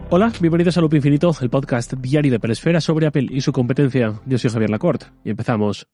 Hola, bienvenidos a Loop Infinito, el podcast diario de Pelesfera sobre Apple y su competencia. Yo soy Javier Lacorte y empezamos.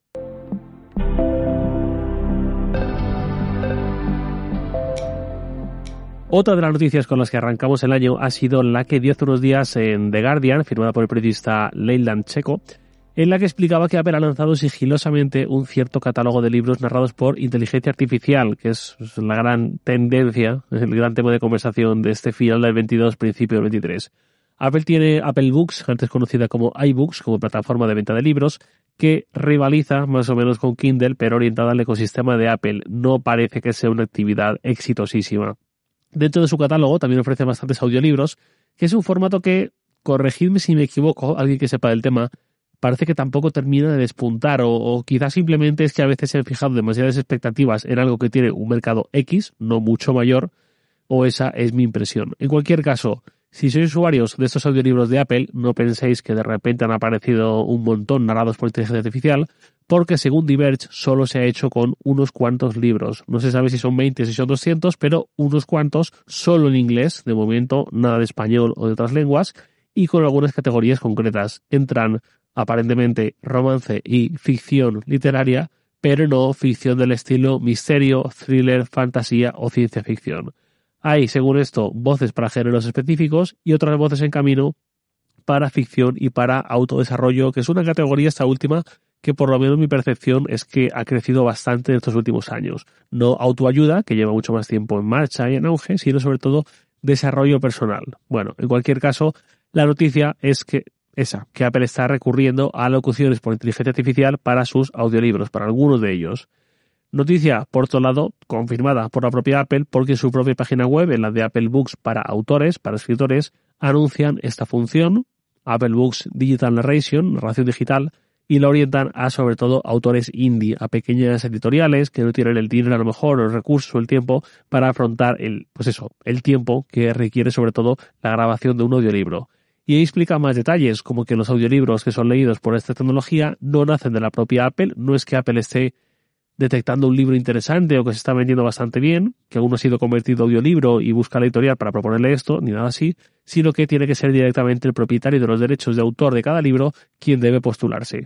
Otra de las noticias con las que arrancamos el año ha sido la que dio hace unos días en The Guardian, firmada por el periodista Leyland Checo, en la que explicaba que Apple ha lanzado sigilosamente un cierto catálogo de libros narrados por inteligencia artificial, que es la gran tendencia, el gran tema de conversación de este final del 22, principio del 23. Apple tiene Apple Books, antes conocida como iBooks, como plataforma de venta de libros, que rivaliza más o menos con Kindle, pero orientada al ecosistema de Apple. No parece que sea una actividad exitosísima. Dentro de su catálogo también ofrece bastantes audiolibros, que es un formato que, corregidme si me equivoco, alguien que sepa del tema, parece que tampoco termina de despuntar o quizás simplemente es que a veces se han fijado demasiadas expectativas en algo que tiene un mercado X, no mucho mayor, o esa es mi impresión. En cualquier caso, si sois usuarios de estos audiolibros de Apple, no penséis que de repente han aparecido un montón narrados por inteligencia artificial, porque según Diverge solo se ha hecho con unos cuantos libros. No se sabe si son 20, si son 200, pero unos cuantos, solo en inglés, de momento nada de español o de otras lenguas, y con algunas categorías concretas. Entran aparentemente romance y ficción literaria, pero no ficción del estilo misterio, thriller, fantasía o ciencia ficción. Hay, según esto, voces para géneros específicos y otras voces en camino para ficción y para autodesarrollo, que es una categoría, esta última, que por lo menos mi percepción es que ha crecido bastante en estos últimos años. No autoayuda, que lleva mucho más tiempo en marcha y en auge, sino sobre todo desarrollo personal. Bueno, en cualquier caso, la noticia es que Apple está recurriendo a locuciones por inteligencia artificial para sus audiolibros, para algunos de ellos. Noticia, por otro lado, confirmada por la propia Apple, porque en su propia página web, en la de Apple Books para autores, para escritores, anuncian esta función, Apple Books Digital Narration, narración digital, y la orientan a, sobre todo, autores indie, a pequeñas editoriales que no tienen el dinero a lo mejor, o el recurso, o el tiempo para afrontar el tiempo que requiere, sobre todo, la grabación de un audiolibro. Y ahí explica más detalles, como que los audiolibros que son leídos por esta tecnología no nacen de la propia Apple, no es que Apple esté detectando un libro interesante o que se está vendiendo bastante bien, que aún no ha sido convertido a audiolibro y busca la editorial para proponerle esto, ni nada así, sino que tiene que ser directamente el propietario de los derechos de autor de cada libro quien debe postularse.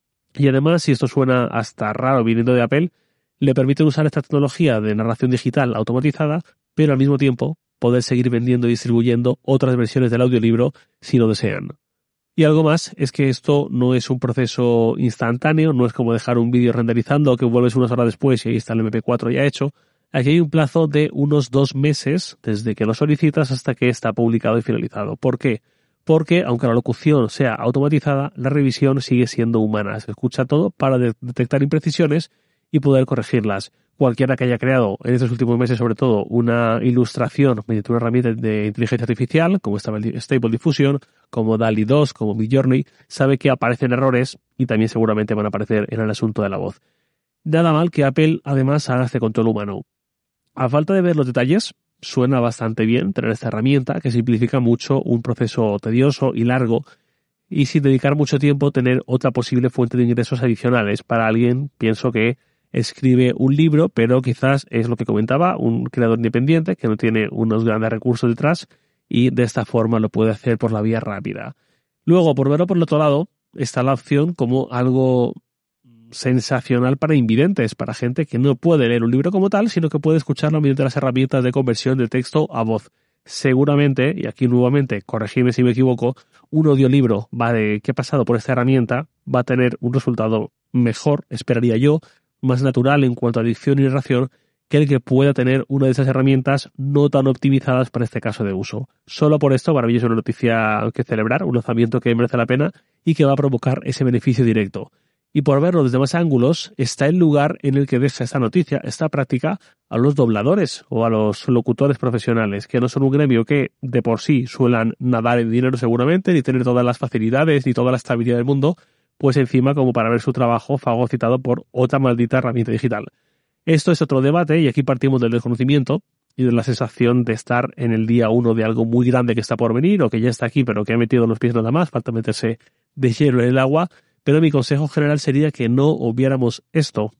Y además, si esto suena hasta raro viniendo de Apple, le permiten usar esta tecnología de narración digital automatizada, pero al mismo tiempo poder seguir vendiendo y distribuyendo otras versiones del audiolibro si lo desean. Y algo más es que esto no es un proceso instantáneo, no es como dejar un vídeo renderizando que vuelves unas horas después y ahí está el MP4 ya hecho. Aquí hay un plazo de unos 2 meses desde que lo solicitas hasta que está publicado y finalizado. ¿Por qué? Porque aunque la locución sea automatizada, la revisión sigue siendo humana. Se escucha todo para detectar imprecisiones y poder corregirlas. Cualquiera que haya creado en estos últimos meses, sobre todo, una ilustración mediante una herramienta de inteligencia artificial, como Stable Diffusion, como DALL-E 2, como Midjourney, sabe que aparecen errores y también seguramente van a aparecer en el asunto de la voz. Nada mal que Apple, además, haga este control humano. A falta de ver los detalles, suena bastante bien tener esta herramienta que simplifica mucho un proceso tedioso y largo y sin dedicar mucho tiempo tener otra posible fuente de ingresos adicionales para alguien, pienso que escribe un libro, pero quizás es lo que comentaba, un creador independiente que no tiene unos grandes recursos detrás y de esta forma lo puede hacer por la vía rápida. Luego, por verlo por el otro lado, está la opción como algo sensacional para invidentes, para gente que no puede leer un libro como tal, sino que puede escucharlo mediante las herramientas de conversión de texto a voz. Seguramente, y aquí nuevamente, corregidme si me equivoco, un audiolibro que ha pasado por esta herramienta va a tener un resultado mejor, esperaría yo, más natural en cuanto a dicción y narración que el que pueda tener una de esas herramientas no tan optimizadas para este caso de uso. Solo por esto, para mí es una noticia que celebrar, un lanzamiento que merece la pena y que va a provocar ese beneficio directo. Y por verlo desde más ángulos, está el lugar en el que deja esta noticia, esta práctica, a los dobladores o a los locutores profesionales, que no son un gremio que de por sí suelen nadar en dinero seguramente, ni tener todas las facilidades, ni toda la estabilidad del mundo, pues encima como para ver su trabajo fagocitado por otra maldita herramienta digital. Esto es otro debate y aquí partimos del desconocimiento y de la sensación de estar en el día 1 de algo muy grande que está por venir o que ya está aquí pero que ha metido los pies nada más, falta meterse de hielo en el agua, pero mi consejo general sería que no obviáramos esto,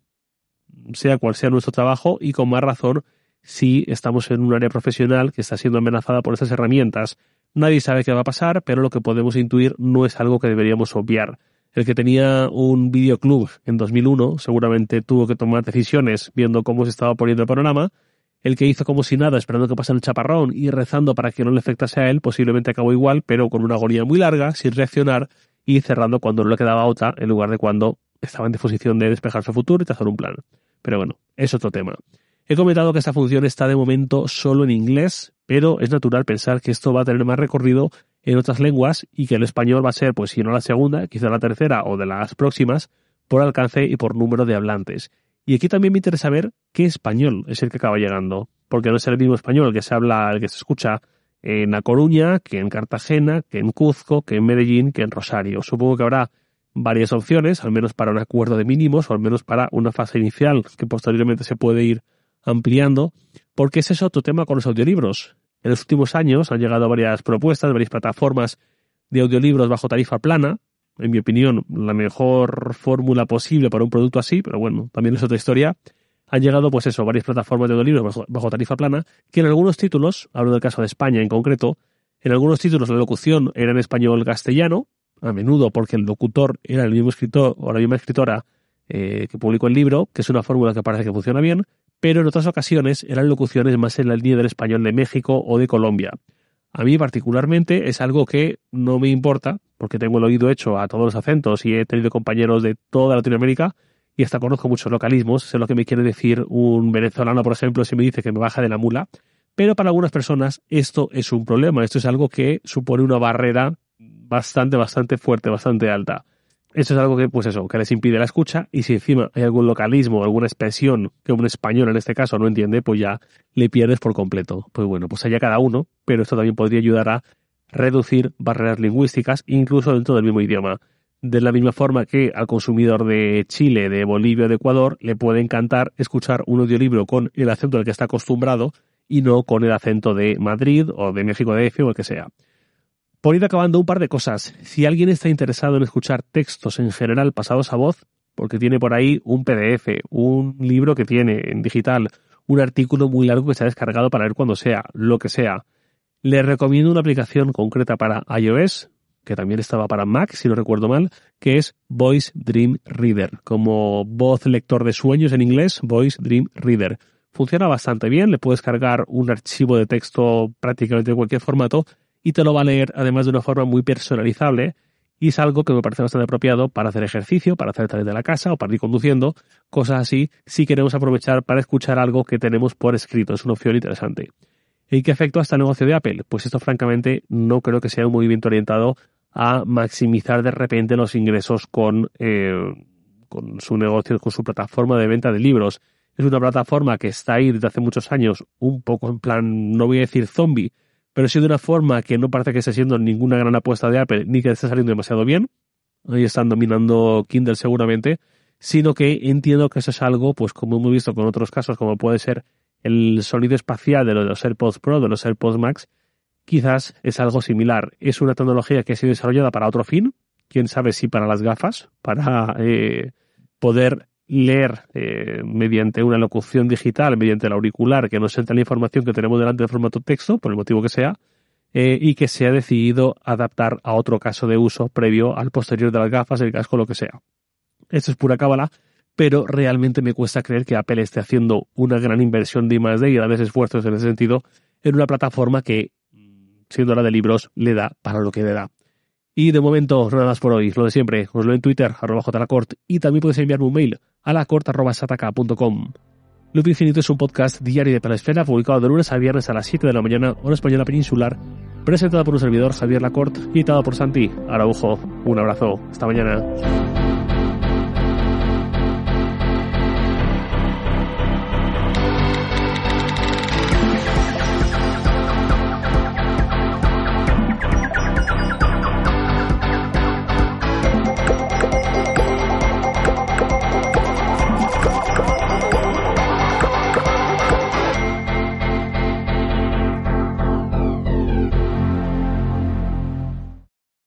sea cual sea nuestro trabajo y con más razón si estamos en un área profesional que está siendo amenazada por estas herramientas. Nadie sabe qué va a pasar, pero lo que podemos intuir no es algo que deberíamos obviar. El que tenía un videoclub en 2001 seguramente tuvo que tomar decisiones viendo cómo se estaba poniendo el panorama. El que hizo como si nada, esperando que pasara el chaparrón y rezando para que no le afectase a él, posiblemente acabó igual, pero con una agonía muy larga, sin reaccionar y cerrando cuando no le quedaba otra, en lugar de cuando estaba en disposición de despejar su futuro y trazar un plan. Pero bueno, es otro tema. He comentado que esta función está de momento solo en inglés, pero es natural pensar que esto va a tener más recorrido en otras lenguas y que el español va a ser, pues si no la segunda, quizá la tercera o de las próximas, por alcance y por número de hablantes. Y aquí también me interesa ver qué español es el que acaba llegando, porque no es el mismo español que se habla, el que se escucha en A Coruña, que en Cartagena, que en Cuzco, que en Medellín, que en Rosario. Supongo que habrá varias opciones, al menos para un acuerdo de mínimos o al menos para una fase inicial que posteriormente se puede ir ampliando, porque ese es otro tema con los audiolibros. En los últimos años han llegado varias propuestas, varias plataformas de audiolibros bajo tarifa plana. En mi opinión, la mejor fórmula posible para un producto así, pero bueno, también es otra historia. Han llegado, pues eso, varias plataformas de audiolibros bajo tarifa plana, que en algunos títulos, hablo del caso de España en concreto, en algunos títulos la locución era en español castellano, a menudo porque el locutor era el mismo escritor o la misma escritora que publicó el libro, que es una fórmula que parece que funciona bien, pero en otras ocasiones eran locuciones más en la línea del español de México o de Colombia. A mí particularmente es algo que no me importa, porque tengo el oído hecho a todos los acentos y he tenido compañeros de toda Latinoamérica y hasta conozco muchos localismos, sé lo que me quiere decir un venezolano, por ejemplo, si me dice que me baja de la mula, pero para algunas personas esto es un problema, esto es algo que supone una barrera bastante fuerte, bastante alta. Esto es algo que, pues eso, que les impide la escucha y si encima hay algún localismo, alguna expresión que un español en este caso no entiende, pues ya le pierdes por completo. Pues bueno, pues allá cada uno, pero esto también podría ayudar a reducir barreras lingüísticas, incluso dentro del mismo idioma. De la misma forma que al consumidor de Chile, de Bolivia, de Ecuador, le puede encantar escuchar un audiolibro con el acento al que está acostumbrado y no con el acento de Madrid o de México DF o el que sea. Por ir acabando, un par de cosas. Si alguien está interesado en escuchar textos en general pasados a voz, porque tiene por ahí un PDF, un libro que tiene en digital, un artículo muy largo que se ha descargado para ver cuando sea, lo que sea, le recomiendo una aplicación concreta para iOS, que también estaba para Mac, si no recuerdo mal, que es Voice Dream Reader, como voz lector de sueños en inglés, Voice Dream Reader. Funciona bastante bien, le puedes cargar un archivo de texto prácticamente de cualquier formato y te lo va a leer además de una forma muy personalizable y es algo que me parece bastante apropiado para hacer ejercicio, para hacer tareas de la casa o para ir conduciendo, cosas así, si queremos aprovechar para escuchar algo que tenemos por escrito. Es una opción interesante. ¿Y qué afecta hasta el negocio de Apple? Pues esto francamente no creo que sea un movimiento orientado a maximizar de repente los ingresos con su negocio, con su plataforma de venta de libros. Es una plataforma que está ahí desde hace muchos años, un poco en plan, no voy a decir zombie, pero sí de una forma que no parece que esté siendo ninguna gran apuesta de Apple, ni que esté saliendo demasiado bien. Ahí están dominando Kindle seguramente, sino que entiendo que eso es algo, pues como hemos visto con otros casos, como puede ser el sonido espacial de los AirPods Pro, de los AirPods Max, quizás es algo similar. Es una tecnología que ha sido desarrollada para otro fin, quién sabe si para las gafas, para poder leer mediante una locución digital, mediante el auricular, que nos entra la información que tenemos delante de formato texto, por el motivo que sea, y que se ha decidido adaptar a otro caso de uso previo al posterior de las gafas, el casco, lo que sea. Esto es pura cábala, pero realmente me cuesta creer que Apple esté haciendo una gran inversión de I+D y grandes esfuerzos en ese sentido en una plataforma que, siendo la de libros, le da para lo que le da. Y de momento, nada más por hoy. Lo de siempre, os lo en Twitter, @jlacort, y también podéis enviarme un mail a lacort@sataka.com. Loop Infinito es un podcast diario de Pelesfera, publicado de lunes a viernes a las 7 de la mañana, hora española peninsular, presentado por un servidor, Javier Lacort, y editado por Santi Araujo. Un abrazo. Hasta mañana.